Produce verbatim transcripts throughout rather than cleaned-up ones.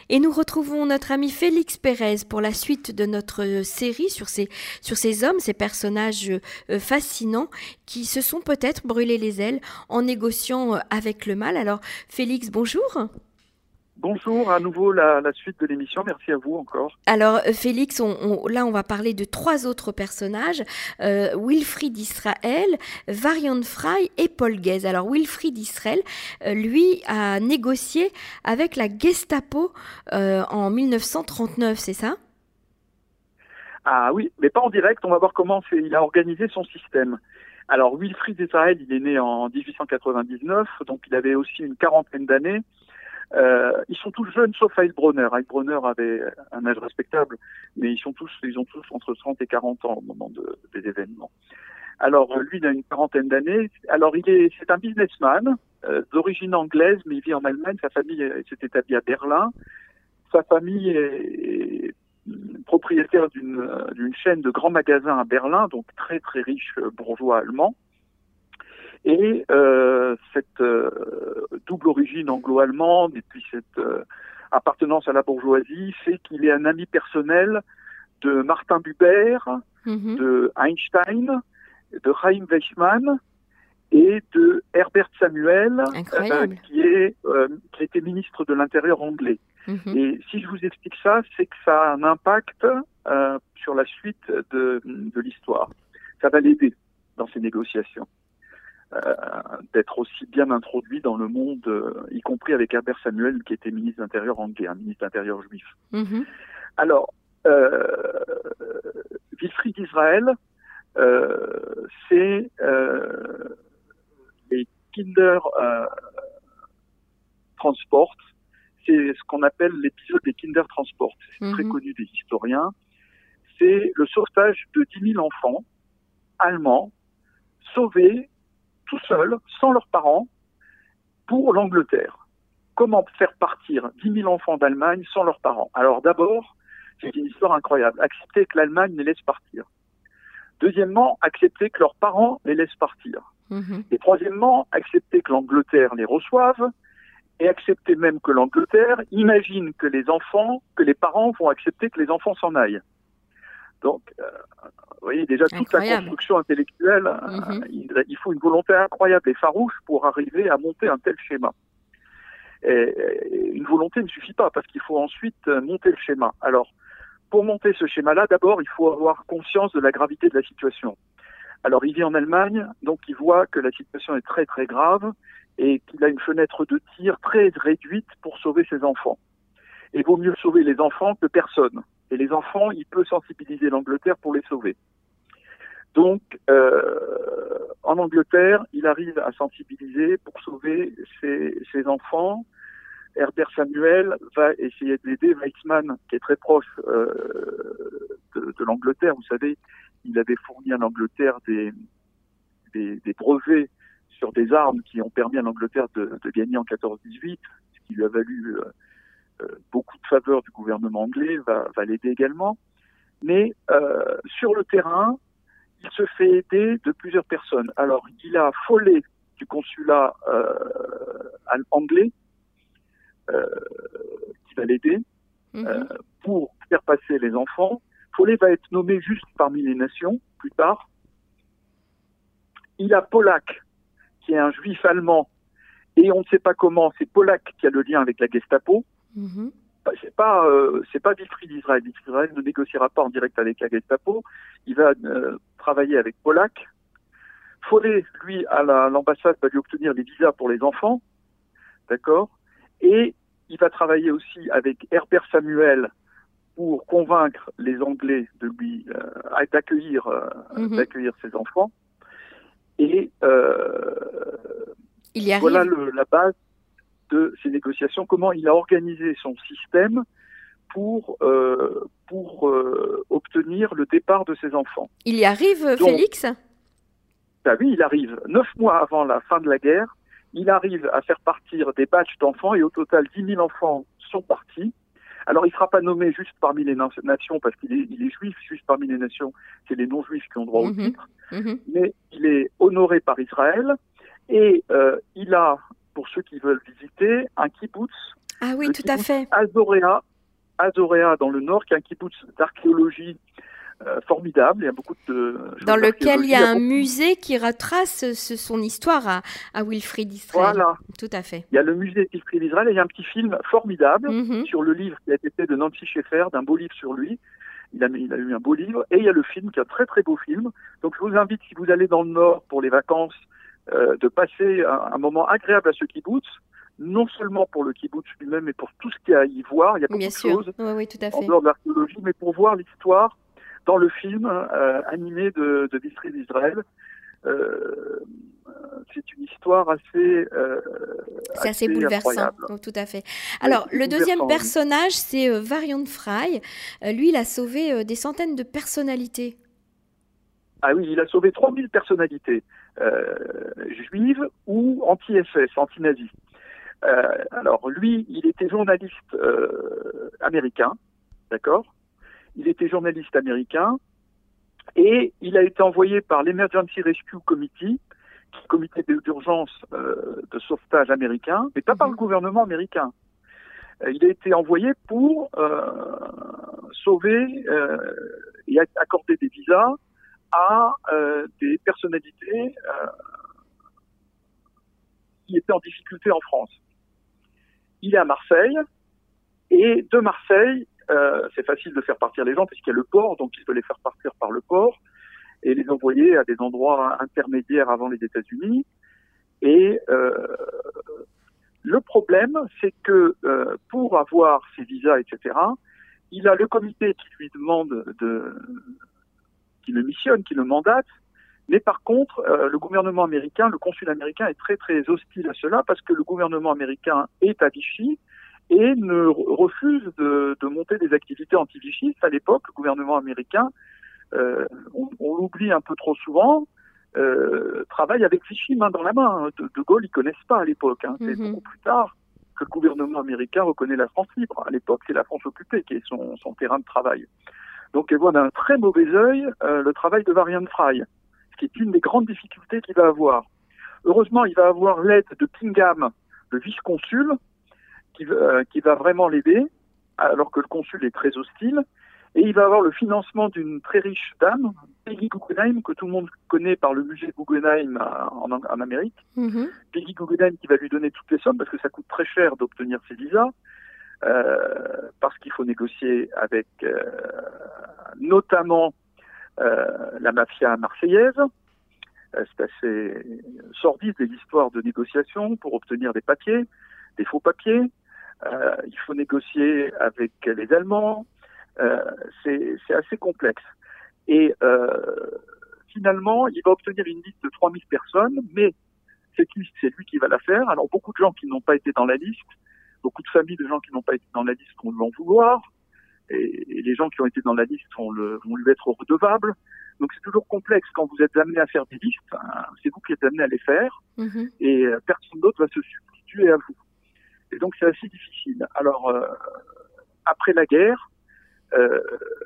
Et nous retrouvons notre ami Félix Pérez pour la suite de notre série sur ces, sur ces hommes, ces personnages euh, fascinants qui se sont peut-être brûlés les ailes en négociant euh, avec le mal. Alors Félix, bonjour. Bonjour, à nouveau la, la suite de l'émission, merci à vous encore. Alors Félix, on, on, là on va parler de trois autres personnages, euh, Wilfrid Israel, Varian Fry et Paul Guez. Alors Wilfrid Israel, euh, lui, a négocié avec la Gestapo euh, en dix-neuf cent trente-neuf, c'est ça ? Ah oui, mais pas en direct, on va voir comment c'est, il a organisé son système. Alors Wilfrid Israel, il est né en dix-huit cent quatre-vingt-dix-neuf, donc il avait aussi une quarantaine d'années. Euh, ils sont tous jeunes sauf Heilbronner. Heilbronner avait un âge respectable, mais ils sont tous, ils ont tous entre trente et quarante ans au moment de, des événements. Alors lui, il a une quarantaine d'années. Alors il est, c'est un businessman euh, d'origine anglaise, mais il vit en Allemagne. Sa famille s'est établie à Berlin. Sa famille est, est propriétaire d'une, d'une chaîne de grands magasins à Berlin, donc très très riche bourgeois allemand. Et euh, cette euh, double origine anglo-allemande et puis cette euh, appartenance à la bourgeoisie fait qu'il est un ami personnel de Martin Buber, mmh. de Einstein, de Chaim Weizmann et de Herbert Samuel, euh, qui, est, euh, qui a été ministre de l'Intérieur anglais. Mmh. Et si je vous explique ça, c'est que ça a un impact euh, sur la suite de, de l'histoire. Ça va l'aider dans ses négociations. Euh, d'être aussi bien introduit dans le monde, euh, y compris avec Herbert Samuel, qui était ministre de l'Intérieur anglais, un ministre de l'Intérieur juif. Mm-hmm. Alors, euh, Wilfrid Israel, euh, c'est euh, les Kinder euh, Transport, c'est ce qu'on appelle l'épisode des Kinder Transport, c'est mm-hmm. très connu des historiens. C'est le sauvetage de dix mille enfants allemands sauvés tout seuls, sans leurs parents, pour l'Angleterre. Comment faire partir dix mille enfants d'Allemagne sans leurs parents ? Alors d'abord, c'est une histoire incroyable. Accepter que l'Allemagne les laisse partir. Deuxièmement, accepter que leurs parents les laissent partir. Mmh. Et troisièmement, accepter que l'Angleterre les reçoive et accepter même que l'Angleterre imagine que les enfants, que les parents vont accepter que les enfants s'en aillent. Donc, euh, vous voyez, déjà, toute incroyable. La construction intellectuelle, mm-hmm. euh, il, il faut une volonté incroyable et farouche pour arriver à monter un tel schéma. Et, et une volonté ne suffit pas, parce qu'il faut ensuite monter le schéma. Alors, pour monter ce schéma-là, d'abord, il faut avoir conscience de la gravité de la situation. Alors, il vit en Allemagne, donc il voit que la situation est très, très grave et qu'il a une fenêtre de tir très réduite pour sauver ses enfants. Et il vaut mieux sauver les enfants que personne. Et les enfants, il peut sensibiliser l'Angleterre pour les sauver. Donc, euh, en Angleterre, il arrive à sensibiliser pour sauver ses, ses enfants. Herbert Samuel va essayer de l'aider. Weizmann, qui est très proche euh, de, de l'Angleterre, vous savez, il avait fourni à l'Angleterre des, des, des brevets sur des armes qui ont permis à l'Angleterre de, de gagner en quatorze dix-huit, ce qui lui a valu... Euh, Euh, beaucoup de faveurs du gouvernement anglais, va, va l'aider également. Mais euh, sur le terrain, il se fait aider de plusieurs personnes. Alors, il a Follet du consulat euh, anglais euh, qui va l'aider mmh. euh, pour faire passer les enfants. Follet va être nommé juste parmi les nations, plus tard. Il a Pollack, qui est un juif allemand, et on ne sait pas comment, c'est Pollack qui a le lien avec la Gestapo. Mmh. C'est pas, euh, c'est pas Wilfrid Israel. Israel ne négociera pas en direct avec la Gestapo. Il va euh, travailler avec Pollack. Follet, lui, à la, l'ambassade, va lui obtenir les visas pour les enfants. D'accord ? Et il va travailler aussi avec Herbert Samuel pour convaincre les Anglais de lui, euh, d'accueillir, euh, mmh. d'accueillir ses enfants. Et euh, il y arrive. Voilà le, la base de ces négociations, comment il a organisé son système pour, euh, pour euh, obtenir le départ de ses enfants. Il y arrive, Donc, Félix ? Bah oui, il arrive. Neuf mois avant la fin de la guerre, il arrive à faire partir des batchs d'enfants et au total dix mille enfants sont partis. Alors il ne sera pas nommé juste parmi les nations parce qu'il est, il est juif, juste parmi les nations, c'est les non-juifs qui ont droit mmh. au titre, mmh. mais il est honoré par Israël et euh, il a, pour ceux qui veulent visiter, un kibbutz Ah oui, le tout à fait. Azorea, Azorea dans le nord, qui est un kibbutz d'archéologie euh, formidable. Il y a beaucoup de dans lequel il y a, il y a un beaucoup... musée qui retrace ce, son histoire à, à Wilfrid Israel. Voilà. Tout à fait. Il y a le musée Wilfrid Israel et il y a un petit film formidable mm-hmm. sur le livre qui a été fait de Nancy Schaeffer, d'un beau livre sur lui. Il a, il a eu un beau livre. Et il y a le film, qui est un très très beau film. Donc je vous invite, si vous allez dans le nord pour les vacances, euh, de passer un, un moment agréable à ce kibbutz. Non seulement pour le kibbutz lui-même, mais pour tout ce qu'il y a à y voir. Il y a beaucoup Bien de sûr. choses oui, oui, tout à fait. en dehors de l'archéologie, mais pour voir l'histoire dans le film euh, animé de, de Wilfrid Israel. Euh, c'est une histoire assez euh, c'est assez, assez bouleversant, oh, tout à fait. Alors, oui, le deuxième personnage, c'est euh, Varian Fry. Euh, lui, il a sauvé euh, des centaines de personnalités. Ah oui, il a sauvé trois mille personnalités euh, juives ou anti-S S, anti-nazis. Euh, alors, lui, il était journaliste euh, américain, d'accord ? Il était journaliste américain et il a été envoyé par l'Emergency Rescue Committee, qui est le comité d'urgence euh, de sauvetage américain, mais pas mm-hmm. par le gouvernement américain. Euh, il a été envoyé pour euh, sauver euh, et accorder des visas à euh, des personnalités euh, qui étaient en difficulté en France. Il est à Marseille et de Marseille, Euh, c'est facile de faire partir les gens puisqu'il y a le port, donc il peut les faire partir par le port et les envoyer à des endroits intermédiaires avant les États-Unis. Et euh, le problème, c'est que euh, pour avoir ces visas, et cetera, il a le comité qui lui demande de, qui le missionne, qui le mandate. Mais par contre, euh, le gouvernement américain, le consul américain est très très hostile à cela parce que le gouvernement américain est à Vichy et ne refuse de, de monter des activités anti-vichistes. À l'époque, le gouvernement américain, euh, on, on l'oublie un peu trop souvent, euh, travaille avec Vichy main dans la main. De, de Gaulle, ils connaissent pas à l'époque. Hein. C'est mm-hmm. beaucoup plus tard que le gouvernement américain reconnaît la France libre. À l'époque, c'est la France occupée qui est son, son terrain de travail. Donc, elle voit d'un très mauvais œil euh, le travail de Varian Fry, ce qui est une des grandes difficultés qu'il va avoir. Heureusement, il va avoir l'aide de Kingham, le vice-consul, Qui, euh, qui va vraiment l'aider, alors que le consul est très hostile, et il va avoir le financement d'une très riche dame, Peggy Guggenheim, que tout le monde connaît par le musée Guggenheim en, en Amérique. Mm-hmm. Peggy Guggenheim qui va lui donner toutes les sommes, parce que ça coûte très cher d'obtenir ces visas, euh, parce qu'il faut négocier avec euh, notamment euh, la mafia marseillaise. Euh, c'est assez sordide les histoires de négociation pour obtenir des papiers, des faux papiers. Euh, il faut négocier avec les Allemands, euh, c'est, c'est assez complexe. Et euh, finalement, il va obtenir une liste de trois mille personnes, mais cette liste, c'est lui qui va la faire. Alors beaucoup de gens qui n'ont pas été dans la liste, beaucoup de familles de gens qui n'ont pas été dans la liste vont lui en vouloir, et, et les gens qui ont été dans la liste vont, le, vont lui être redevables. Donc c'est toujours complexe quand vous êtes amené à faire des listes, hein, c'est vous qui êtes amené à les faire, mm-hmm. et personne d'autre va se substituer à vous. Et donc c'est assez difficile. Alors euh, après la guerre, euh,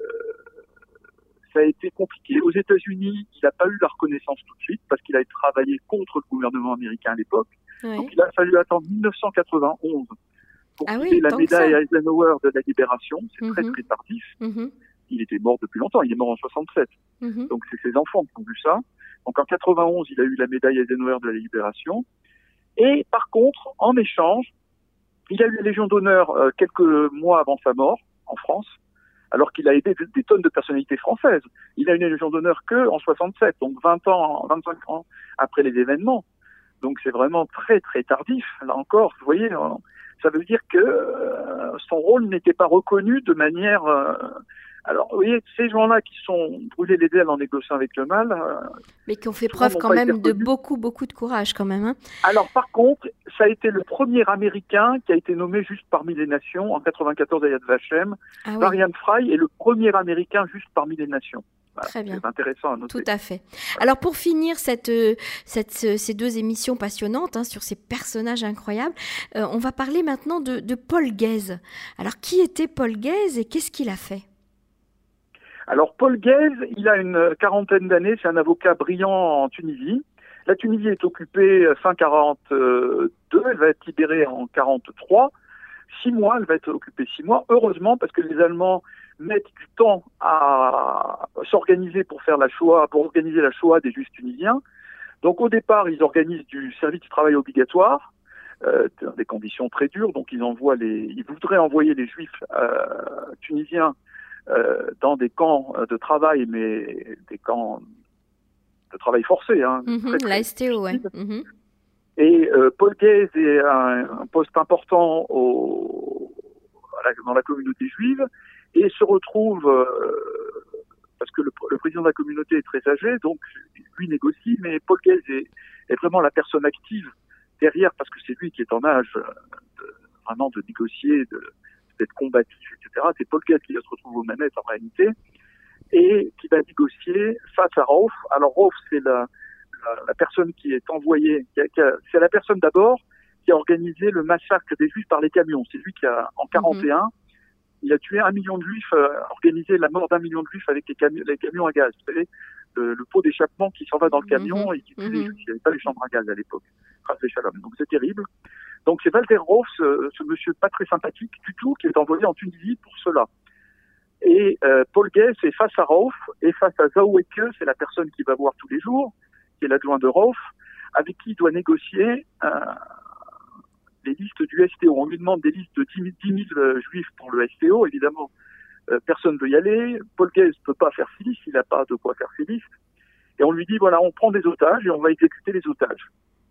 ça a été compliqué. Aux États-Unis, il n'a pas eu la reconnaissance tout de suite parce qu'il a travaillé contre le gouvernement américain à l'époque. Oui. Donc il a fallu attendre dix-neuf cent quatre-vingt-onze pour ah qu'il ait oui, la médaille Eisenhower de la libération. C'est mm-hmm. très très tardif. Mm-hmm. Il était mort depuis longtemps. Il est mort en soixante-sept. Mm-hmm. Donc c'est ses enfants qui ont vu ça. Donc en quatre-vingt-onze, il a eu la médaille Eisenhower de la libération. Et par contre, en échange, il a eu la Légion d'honneur euh, quelques mois avant sa mort, en France, alors qu'il a aidé des tonnes de personnalités françaises. Il a eu une Légion d'honneur que en soixante-sept, donc vingt ans, vingt-cinq ans après les événements. Donc c'est vraiment très très tardif. Là encore, vous voyez, ça veut dire que euh, son rôle n'était pas reconnu de manière... Euh, alors, vous voyez, ces gens-là qui sont brûlés les ailes en négociant avec le mal... Euh, Mais qui ont fait preuve quand même de beaucoup, beaucoup de courage quand même. Hein. Alors, par contre, ça a été le premier Américain qui a été nommé juste parmi les nations. En quatre-vingt-quatorze, à Yad Vashem. Ah oui. Varian Fry est le premier Américain juste parmi les nations. Voilà, très bien. C'est intéressant à noter. Tout à fait. Alors, pour finir cette, cette, ces deux émissions passionnantes hein, sur ces personnages incroyables, euh, on va parler maintenant de, de Paul Guez. Alors, qui était Paul Guez et qu'est-ce qu'il a fait ? Alors, Paul Guez, il a une quarantaine d'années, c'est un avocat brillant en Tunisie. La Tunisie est occupée fin quarante-deux, elle va être libérée en quarante-trois. six mois, elle va être occupée six mois. Heureusement, parce que les Allemands mettent du temps à s'organiser pour faire la Shoah, pour organiser la Shoah des Juifs tunisiens. Donc au départ, ils organisent du service du travail obligatoire, euh, dans des conditions très dures. Donc ils envoient les, ils voudraient envoyer les Juifs euh, tunisiens euh, dans des camps de travail, mais des camps de travail forcé. Hein, mmh, très, très la S T O, ouais. Mmh. Et euh, Paul Guez est un, un poste important au, à la, dans la communauté juive et se retrouve, euh, parce que le, le président de la communauté est très âgé, donc lui négocie, mais Paul Guez est, est vraiment la personne active derrière, parce que c'est lui qui est en âge de, vraiment de négocier, de, d'être combatif, et cetera. C'est Paul Guez qui se retrouve aux manettes en réalité, et qui va négocier face à Rauf. Alors Rauf, c'est la La, la personne qui est envoyée, qui a, qui a, c'est la personne d'abord qui a organisé le massacre des Juifs par les camions. C'est lui qui a, en quarante et un, mmh. il a tué un million de Juifs, euh, organisé la mort d'un million de Juifs avec les, cami- les camions à gaz. Vous savez, le, le pot d'échappement qui s'en va dans le camion mmh. et qui tue mmh. les Juifs. Il n'y avait pas les chambres à gaz à l'époque. Donc c'est terrible. Donc c'est Walter Rauf, ce, ce monsieur pas très sympathique du tout, qui est envoyé en Tunisie pour cela. Et euh, Paul Guez est face à Rauf et face à Zauweke, c'est la personne qui va voir tous les jours, qui est l'adjoint de Rauf, avec qui il doit négocier euh, les listes du S T O. On lui demande des listes de dix mille euh, juifs pour le S T O, évidemment, euh, personne ne veut y aller. Paul Guez ne peut pas faire ses listes, il n'a pas de quoi faire ses listes. Et on lui dit, voilà, on prend des otages et on va exécuter les otages.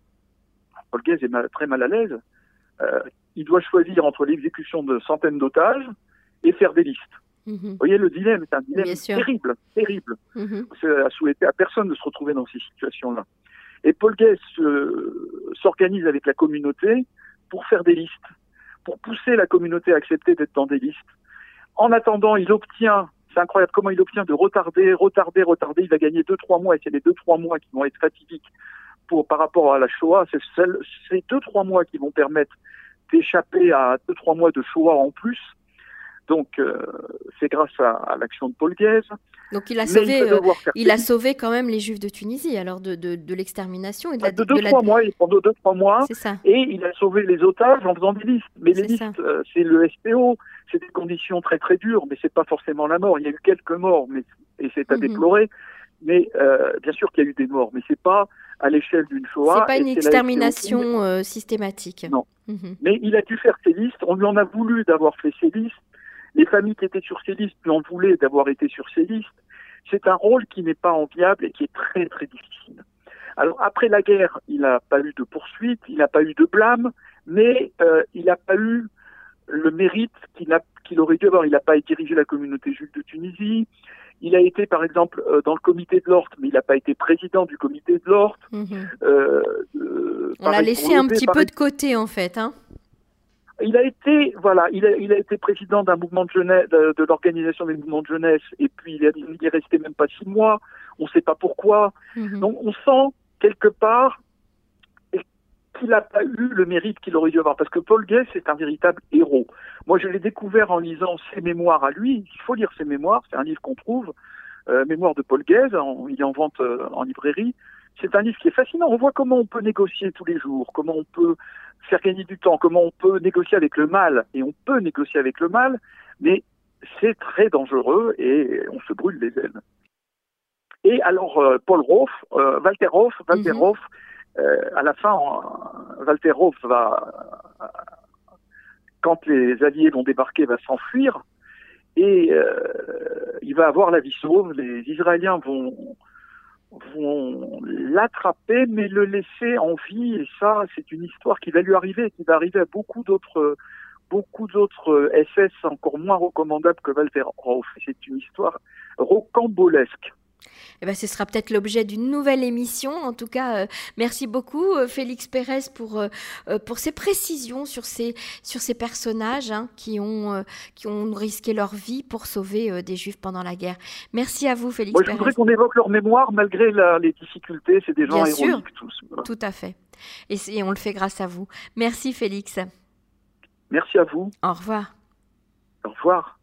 Paul Guez est mal, très mal à l'aise. Euh, il doit choisir entre l'exécution de centaines d'otages et faire des listes. Mmh. Vous voyez, le dilemme, c'est un dilemme terrible, terrible. Mmh. C'est à souhaiter à personne de se retrouver dans ces situations-là. Et Paul Guez euh, s'organise avec la communauté pour faire des listes, pour pousser la communauté à accepter d'être dans des listes. En attendant, il obtient, c'est incroyable comment il obtient de retarder, retarder, retarder. Il va gagner deux, trois mois, et c'est les deux, trois mois qui vont être fatidiques pour, par rapport à la Shoah. C'est celle, ces deux, trois mois qui vont permettre d'échapper à deux, trois mois de Shoah en plus. Donc, euh, c'est grâce à, à l'action de Paul Guez. Donc, il a sauvé, il, euh, il a sauvé quand même les Juifs de Tunisie, alors de, de, de l'extermination et de la. De deux, de trois la... mois, pendant deux, trois mois. C'est ça. Et il a sauvé les otages en faisant des listes. Mais c'est les listes, euh, c'est le S P O. C'est des conditions très très dures, mais c'est pas forcément la mort. Il y a eu quelques morts, mais et c'est à mm-hmm. déplorer. Mais euh, bien sûr qu'il y a eu des morts, mais c'est pas à l'échelle d'une Shoah. C'est pas une extermination euh, systématique. Non. Mm-hmm. Mais il a dû faire ses listes. On lui en a voulu d'avoir fait ses listes. Les familles qui étaient sur ces listes lui en voulaient d'avoir été sur ces listes. C'est un rôle qui n'est pas enviable et qui est très très difficile. Alors après la guerre, il n'a pas eu de poursuite, il n'a pas eu de blâme, mais euh, il n'a pas eu le mérite qu'il, a, qu'il aurait dû avoir. Il n'a pas dirigé la communauté juive de Tunisie. Il a été par exemple euh, dans le comité de l'Orte, mais il n'a pas été président du comité de l'Orte. Mmh. Euh, euh, On l'a laissé un petit peu de côté en fait, hein. Il a été, voilà, il a, il a été président d'un mouvement de jeunesse, de, de l'organisation des mouvements de jeunesse, et puis il est, il est resté même pas six mois. On ne sait pas pourquoi. Mm-hmm. Donc on sent quelque part qu'il n'a pas eu le mérite qu'il aurait dû avoir, parce que Paul Guez c'est un véritable héros. Moi, je l'ai découvert en lisant ses mémoires à lui. Il faut lire ses mémoires. C'est un livre qu'on trouve, euh, Mémoires de Paul Guez. En, il est en vente euh, en librairie. C'est un livre qui est fascinant. On voit comment on peut négocier tous les jours, comment on peut faire gagner du temps, comment on peut négocier avec le mal. Et on peut négocier avec le mal, mais c'est très dangereux et on se brûle les ailes. Et alors, euh, Paul Rauf, euh, Walter Rauf, Walter mm-hmm. Rauf, euh, à la fin, euh, Walter Rauf va, euh, quand les Alliés vont débarquer, va s'enfuir et euh, il va avoir la vie sauve. Les Israéliens vont vont l'attraper, mais le laisser en vie, et ça, c'est une histoire qui va lui arriver, qui va arriver à beaucoup d'autres, beaucoup d'autres S S encore moins recommandables que Walter Rauf. C'est une histoire rocambolesque. Eh ben, ce sera peut-être l'objet d'une nouvelle émission. En tout cas, euh, merci beaucoup euh, Félix Pérez pour euh, pour ces précisions sur ces sur ces personnages hein, qui ont euh, qui ont risqué leur vie pour sauver euh, des Juifs pendant la guerre. Merci à vous Félix Moi, Pérez. Je voudrais qu'on évoque leur mémoire malgré la, les difficultés. C'est des gens Bien héroïques sûr, tous. Voilà. Tout à fait. Et, et on le fait grâce à vous. Merci Félix. Merci à vous. Au revoir. Au revoir.